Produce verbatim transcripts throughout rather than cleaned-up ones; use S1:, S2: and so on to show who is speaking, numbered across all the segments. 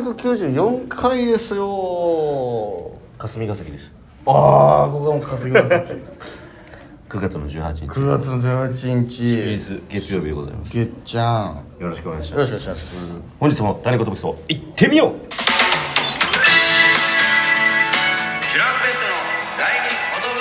S1: ひゃくきゅうじゅうよんかいですよ。
S2: 霞が関です。
S1: ああ、ここがもう霞が関
S2: くがつのじゅうはちにち、
S1: くがつのじゅうはちにち
S2: 月月曜日でございます。
S1: げっちゃん、
S2: よろしくお願いし
S1: よろ
S2: ます。
S1: しくお願いします。
S2: 本日も谷言武装行ってみよう。
S3: チュランペットの第二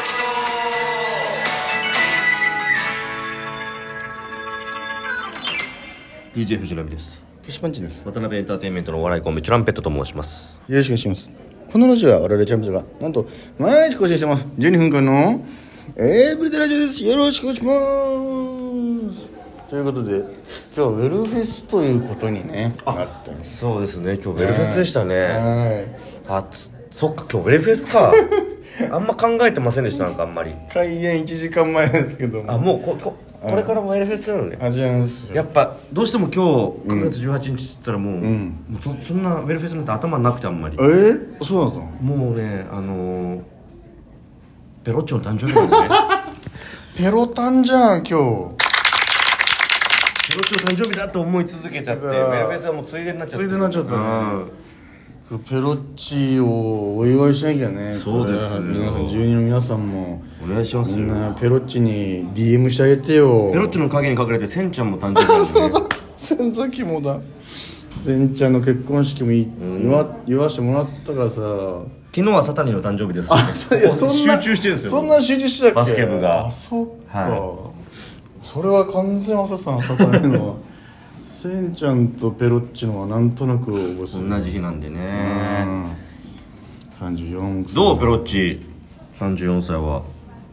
S2: ディージェー 藤波です。
S1: キシパンチです。
S2: 渡辺エンターテインメントのお笑いコンビチュランペットと申します。
S1: よろしくお願いします。このラジオは我々チャンピオンがなんと毎日更新してます。じゅうにふんかんのエブリデイラジオです。よろしくお願いします。ということで今日はウェルフェスということにねなったんです。
S2: そうですね、今日ウェルフェスでしたね。
S1: はい。
S2: あつそっか、今日ウェルフェスかあんま考えてませんでした。なんかあんまり
S1: 開演いちじかんまえですけども、
S2: あもうこここれからもウェルフェスなのね。
S1: 始めます。
S2: やっぱどうしても今日くがつじゅうはちにちっつったらもう、
S1: ん
S2: もう そ, そんなウェルフェスなんて頭なくてあんまり。
S1: えー、そうだったの？
S2: もうね、あのー、ペロッチョの誕生日なんでね
S1: ペロタンじゃん今日。
S2: ペロッチョの誕生日だと思い続けちゃってウェルフェスはもうついでになっちゃって
S1: ついでになっちゃったね、
S2: うん
S1: ペロッチをお祝いしなきゃね。
S2: そうですよ。
S1: 皆さん住人の皆さんも
S2: お願いしますよ。
S1: みんなペロッチに ディーエム してあげてよ。
S2: ペロッチの影に隠れてセンちゃんも誕生日なんで、ね、
S1: そうだ、先崎もだ。センちゃんの結婚式もい言わ言わしてもらったからさ。
S2: 昨日はサタニの誕生日です、ね、
S1: あ、そういや、そんな
S2: 集中してるんですよ。
S1: そんな集中してたっけ、
S2: バスケ部が。
S1: あ、そっか、
S2: は
S1: それは完全忘れてたな、サタニのセンちゃんとペロッチのはなんとなく覚えてる。
S2: 同じ日なんでね。
S1: さんじゅうよんさい。
S2: どうペロッチさんじゅうよんさいは。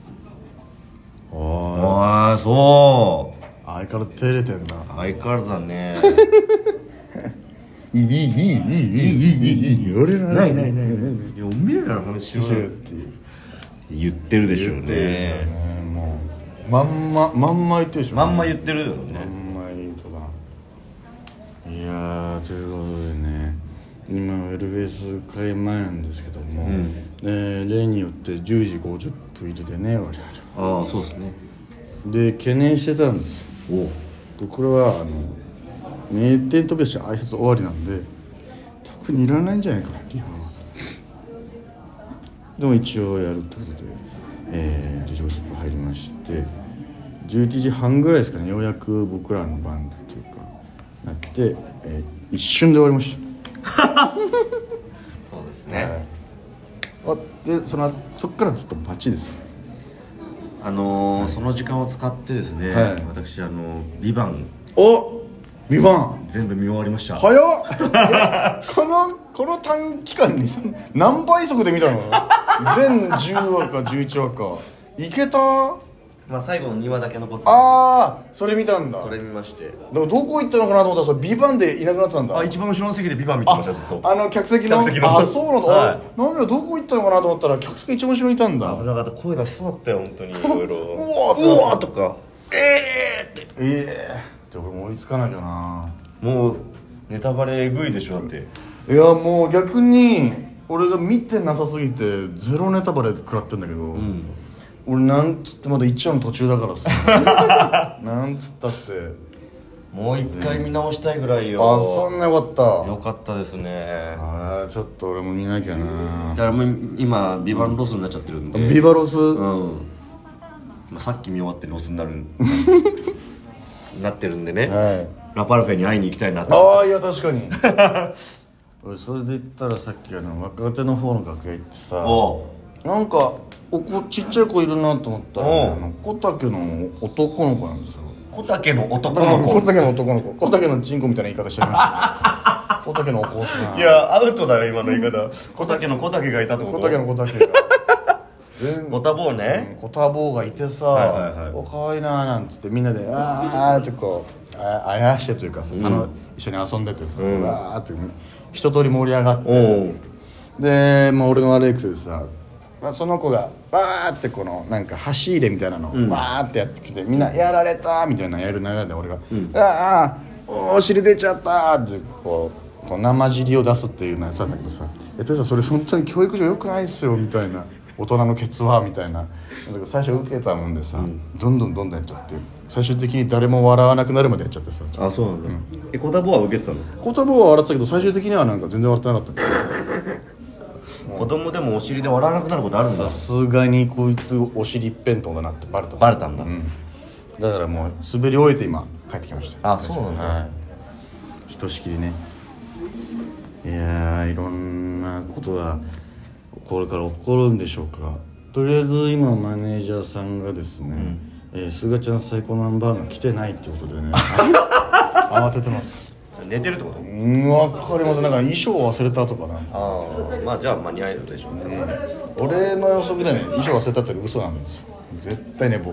S2: ああ、そう
S1: 相変わらず照れてんな。
S2: 相変わらずだね
S1: いいいいいいいいいいいいい俺の
S2: ないないないない。いや、おめえらの話しろよって言ってるでしょうね。
S1: もうまんままんま言ってるでしょ。
S2: まんま言ってるよね。
S1: まんま言うとだ。いやー、ということでね、今ウェルフェス開演前なんですけども、うん、えー、例によってじゅうじごじゅっぷん入りでね、我々。
S2: ああ、そうですね。
S1: で懸念してたんです。お僕らはあの名店飛び出して挨拶終わりなんで特にいらないんじゃないかな、リハは。でも一応やるってことで、えー、じゅうじごじゅっぷん入りまして、じゅういちじはんぐらいですかね、ようやく僕らの番というかなって、えー、一瞬で終わりました
S2: そうですね、
S1: はい、でそのそっからずっと待ちです。
S2: あのーはい、その時間を使ってですね、はい、私あのビバン
S1: おビバン
S2: 全部見終わりました。
S1: 早っこのこの短期間に何倍速で見たの全じゅうわかじゅういちわかいけた。
S2: まあ最後のにわだけ残って
S1: た。ああ、それ見たんだ。
S2: それ見まして、
S1: だからどこ行ったのかなと思ったらビバンでいなくなってたんだ。
S2: あ、一番後ろの席でビバン見てました。ずっと
S1: あの客席の、
S2: 客席の
S1: あ、そうなんだ、はい、なんだどこ行ったのかなと思ったら客席一番後ろにいたんだ。
S2: 危なかった。声出しそうだったよ本当に。いろいろう
S1: わ
S2: ーうわーとかえーって
S1: ええー、で俺も追いつかなきゃな。
S2: もうネタバレえぐいでしょだって。
S1: いやもう逆に俺が見てなさすぎてゼロネタバレ食らってんだけど、うん、俺なんつってまだいちわの途中だからさなんつったって
S2: もう一回見直したいぐらいよ。
S1: あ、そんなよかった。
S2: よかったですね。
S1: ああ、ちょっと俺も見なきゃな。
S2: だからもう今ビバンロスになっちゃってるんで、
S1: ビバロス、うん、
S2: まあ、さっき見終わってロスになるなってるんでね、
S1: はい、
S2: ラパルフェに会いに行きたいなと。
S1: ああ、いや確かに俺それで言ったらさっきあの若手の方の楽屋行ってさ、なんかおこちっちゃい子いるなと思ったら、ね、あの小竹の男の子なんですよ。
S2: 小竹の男の子。
S1: 小竹の男の子。小竹のチンコみたいな言い方しちゃいましたけど小竹のお子さん。
S2: いやアウトだよ今の言い方。小竹の小竹がいたってこと。
S1: 小竹の小竹が
S2: ご多忙ね、
S1: うん、ご多忙がいてさ、はいはいはい、おかわいいなーなんつってみんなであーってこうああやしてというかさ、うん、一緒に遊んでてさ、うん、わーって一通り盛り上がって、で、まあ、俺の悪い癖でさ、まあ、その子がバーってこのなんか箸入れみたいなのをバーってやってきて、みんなやられたみたいなやる流れで俺が、うん、ああお尻出ちゃったってこうこう生尻を出すっていうやつなんだけどさ、え、てさそれ本当に教育上良くないっすよみたいな大人のケツはみたいな。だから最初受けたもんでさ、うん、どんどんどんどんやっちゃって最終的に誰も笑わなくなるまでやっちゃってさ。
S2: あ、そうなんだ、うん、え、コタボは受けてたの？
S1: コタボは笑ってたけど最終的にはなんか全然笑ってなかった
S2: 子供でもお尻で笑わなくなることあるんだ。
S1: さすがにこいつお尻一辺倒だなってバレた
S2: バレたんだ、
S1: うん、だからもう滑り終えて今帰ってきました。
S2: あ、そうなんだ、はい、
S1: ひとしきりね。いやーいろんなことがこれから起こるんでしょうか。とりあえず今マネージャーさんがですね、うんえー、すがちゃん最高ナンバーが来てないってことでね慌ててます。
S2: 寝てるってこと？うん、
S1: 分かります。なんか衣装忘れたとかな。
S2: ああ、まあじゃあ間に合えるでしょうね、うん、
S1: 俺の予測でね衣装忘れたって嘘なんですよ。絶対寝坊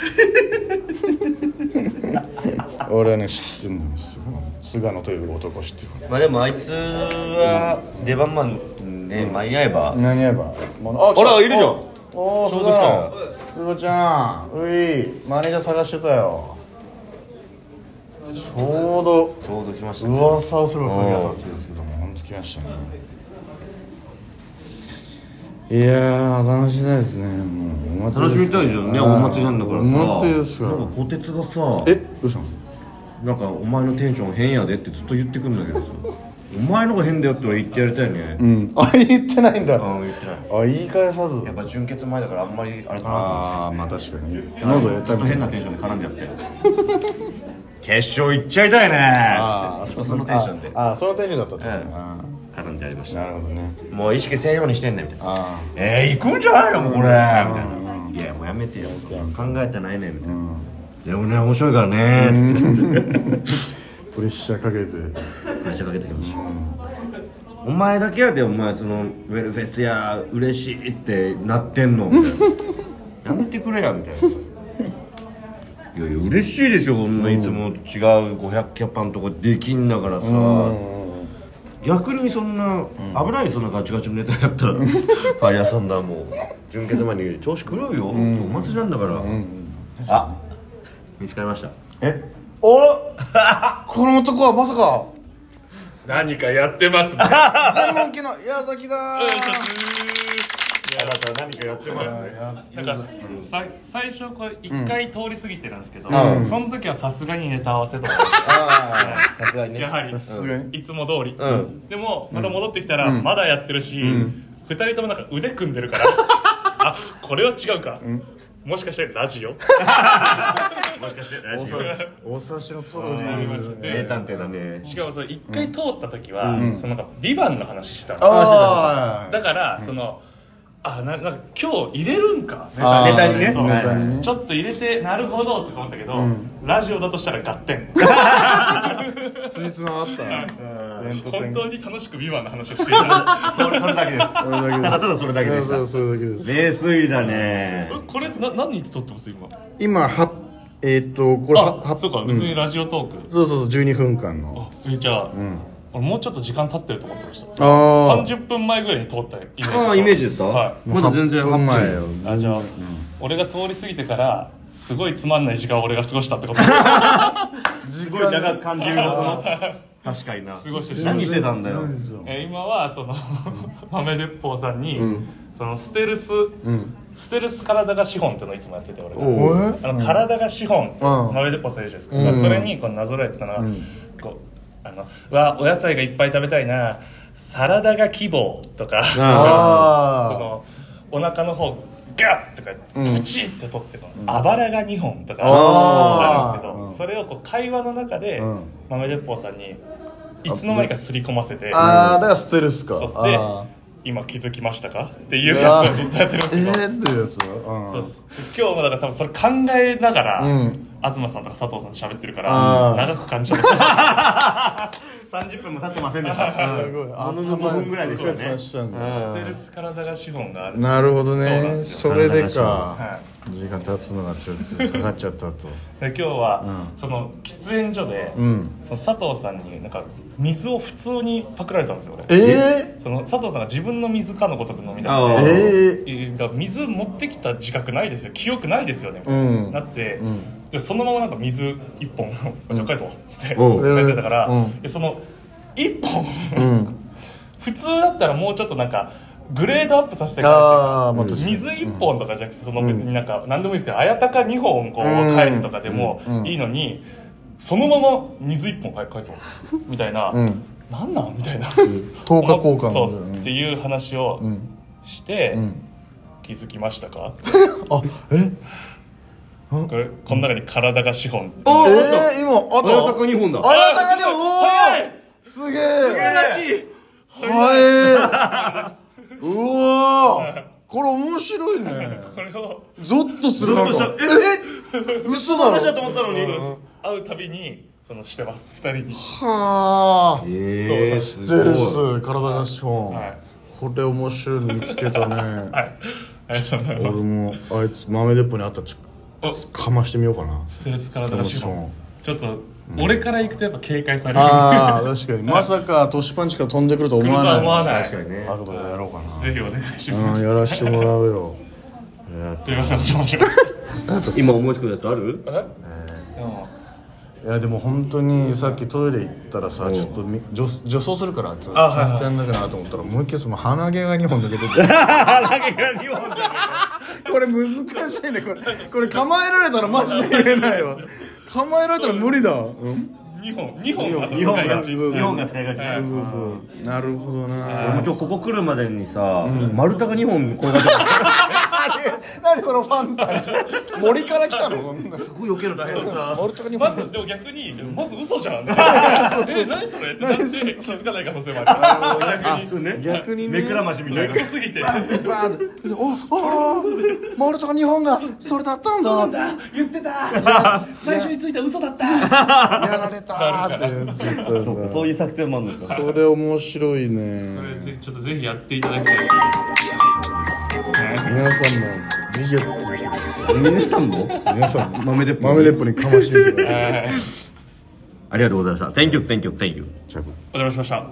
S1: 俺はね知ってるんですよ。菅野という男知ってる。
S2: まあでもあいつは出番マンね、間に合えば
S1: 間に合えば。
S2: あらいるじゃん。
S1: おお、菅野すがちゃん、ういマネージャー探してたよ。ちょうど
S2: ちょうど来ましたね。
S1: 噂をすれば神が立つですけども本当来ましたね。いやー楽しみたいですね。もうお祭り
S2: 楽しみたいですよね。お祭りなんだからさ。
S1: お祭りですから。
S2: なんかこてつがさ、
S1: えどうしたの？
S2: なんかお前のテンション変やでってずっと言ってくんだけどさお前のが変だよって俺言ってやりたいね。
S1: うん。あ言ってないんだ。
S2: うん言ってない。
S1: あ言い返さず。
S2: やっぱ純潔前だからあんまりあれかなと思って。
S1: ああまあ確かに。喉やった
S2: ちょっと変なテンションで絡んでやって決勝行っちゃいたいねーっつってそのテンションで。
S1: ああそのテンションだったってことね。
S2: 絡んでやりました。
S1: なるほどね。
S2: もう意識せんようにしてんねんみたいな。あえー、行くんじゃないのもうこれみたいな。いやもうやめてよ考えてないねみたいな。でもね面白いからねーっつって
S1: プレッシャーかけてプレ
S2: ッシャーかけてきました。お前だけやでお前そのウェルフェスや嬉しいってなってんのみたいなやめてくれやみたいないやいや嬉しいでしょこんないつも違うごひゃくキャパのとこできんだからさ。逆にそんな危ないそんなガチガチのネタやったらファイヤーサンダーも純潔前に調子狂うよお祭りなんだから。あ見つかりました。
S1: えおこの男はまさか
S3: 何かやってますね
S1: 専門家の矢崎だー。あ
S2: なた何かやってますね。
S3: なんかさ最初これ一回通り過ぎてるんですけど、うん、その時はさすがにネタ合わせとかさすがにねやはりいつも通り、うん、でもまた戻ってきたらまだやってるし、うん、ふたりともなんか腕組んでるからあこれは違うか、うん、もしかしてラジオもしかしてラジオ
S1: お察しの通り
S2: 名探偵だね。
S3: しかもそれ一回通った時は、うん、そのなんかビバンの話してたんですよ。だから、うん、そのあななんか今日入れるんかネ
S2: タにね、
S3: ネタにねちょっと入れてなるほどとか思ったけど、うん、ラジオだとしたら合点
S1: 辻褄あった
S3: 本当に楽しくビバンの話をしていた
S2: それそれだけですただただそれだけでした。
S1: そうそれだけです。
S2: 冷水だね。
S3: これな何人撮ってます今？
S1: 今はえー、っとこれ
S3: はそうか別にラジオトーク、
S1: うん、そうそうそうじゅうにふんかんの。
S3: えじゃあ、うん俺もうちょっと時間経ってると思ってました。あさんじゅっぷんまえぐらいに通ったイメージ。
S2: ああイメージだった、はい、まだ全然はっぷんまえよ。
S3: あじゃあ、うん、俺が通り過ぎてからすごいつまんない時間を俺が過ごしたってこと
S2: すごい長く感じるの確かにな。
S3: 過ごして
S2: 何してたんだよ。
S3: え今はその豆鉄砲さんに、うん、そのステルス、うん、ステルス体が資本ってのをいつもやってて俺があの体が資本、うん、豆鉄砲さんいるじゃないですか、うん、それにこうなぞらえてたのは、うん、こうあのわお野菜がいっぱい食べたいなサラダが希望とかあそのお腹の方ガッとかプチって取っての、うん、あばらがにほんとかあるんですけど、うん、それをこう会話の中で、うん、豆鉄砲さんにいつの間にかすり込ませて
S1: ああだからステルスか。
S3: そして今気づきましたかっていうやつをずっとやってるんですけど
S1: えーっていうやつ、うん、
S3: そう今日もだから多分それ考えながら、うん、東さんとか佐藤さんと喋ってるから長く感じる
S2: さんじゅっぷんも経ってませんでしたもののごふんぐらいでしたね。ス
S3: テルス体が資本がある。
S1: なるほどね そ, それでか、はい、時間経つのがちょっとかかっちゃったと
S3: で今日は、うん、その喫煙所で、うん、その佐藤さんになんか水を普通にパクられたんですよ俺。
S1: えー、
S3: その佐藤さんが自分の水かのごとく飲み出して、えー、だから水持ってきた自覚ないですよ記憶ないですよねみたいな、うん、なって、うん、でそのままなんか水いっぽんじゃあ返そうっつって返せたから、うん、そのいっぽん、うん、普通だったらもうちょっとなんかグレードアップさせて
S1: あー、まあ、
S3: 返す水いっぽんとかじゃなくてその別になんか何でもいいですけど綾鷹にほんこう返すとかでもいいのにそのまま水いっぽん返そうみたいな、うん、なんなんみたいな
S1: とおか交換
S3: そうっていう話をして、うん、気づきましたか？
S1: あ、え
S3: これこの中に体が資本。
S1: あ、えー、今あった。
S2: 綾鷹にほんだ。
S1: 綾鷹にほん。
S3: 早い。
S1: すげえ。
S3: すげえらしい。
S1: はい。うわ。これ面白いね。
S3: これを
S1: ゾッとするなんか。ええ。嘘だろ。
S2: 話だと思ったのに。
S3: 会うたびにそのしてます二人に。
S1: はあ。
S2: ええ。
S1: ステルス体が資本。これ面白いの見つけたね。はい。
S3: ありがとうございます。
S1: 俺もあいつ豆鉄砲にあったちかましてみようかな。
S3: ステルス体が資本。ちょっと俺から行くとやっぱ警戒される。
S1: ああ、確かに。まさかトシパンチから飛んでくると思わない。
S3: 思わない。
S2: 確かにね。
S1: あることでやろうかな。
S3: ぜひお願いします。
S1: うん、やらしてもらうよ。
S3: すみません、お邪魔しました。
S2: 今思いつくやつある？
S1: いやでも本当にさっきトイレ行ったらさ、ちょっと女女装するから今日ちゃんとやんなきゃなと思ったらもう一回その鼻毛がにほん抜けてて
S2: 鼻毛がにほん
S1: これ難しいね。これこれ構えられたらマジで言えないわ。構えられたら無理だ。
S3: にほんにほんが
S2: にほんがにほんが使いがち。
S1: そうそうそう。なるほどな。
S2: 俺も今日ここ来るまでにさ、丸太がにほんこれが
S1: 何そのファンタジー。森から来たの？
S2: すごい避ける大変さ。
S1: 丸太がにほん。
S3: まずでも逆にまず嘘じゃん。え、何それってなって気づかない可能性もある。逆に
S1: 逆にね。
S2: 目くらましみたいな。
S3: 嘘すぎて。
S1: バーッ。おお。丸太がにほんがそれだったんだ。
S3: そうだ。言ってた。最初についた嘘だった。
S1: やられたーって。
S2: そういう作戦もあるんですよ。
S1: それ面白いね。
S3: これちょっとぜひやっていただきたいです。
S1: 皆さんもぜひやってみてください。
S2: 皆さんも
S1: 皆さんも
S2: 豆鉄砲
S1: 豆鉄砲にかましてみてください。
S2: ありがとうございました。 Thank you, thank you, thank you。
S3: お邪魔しました。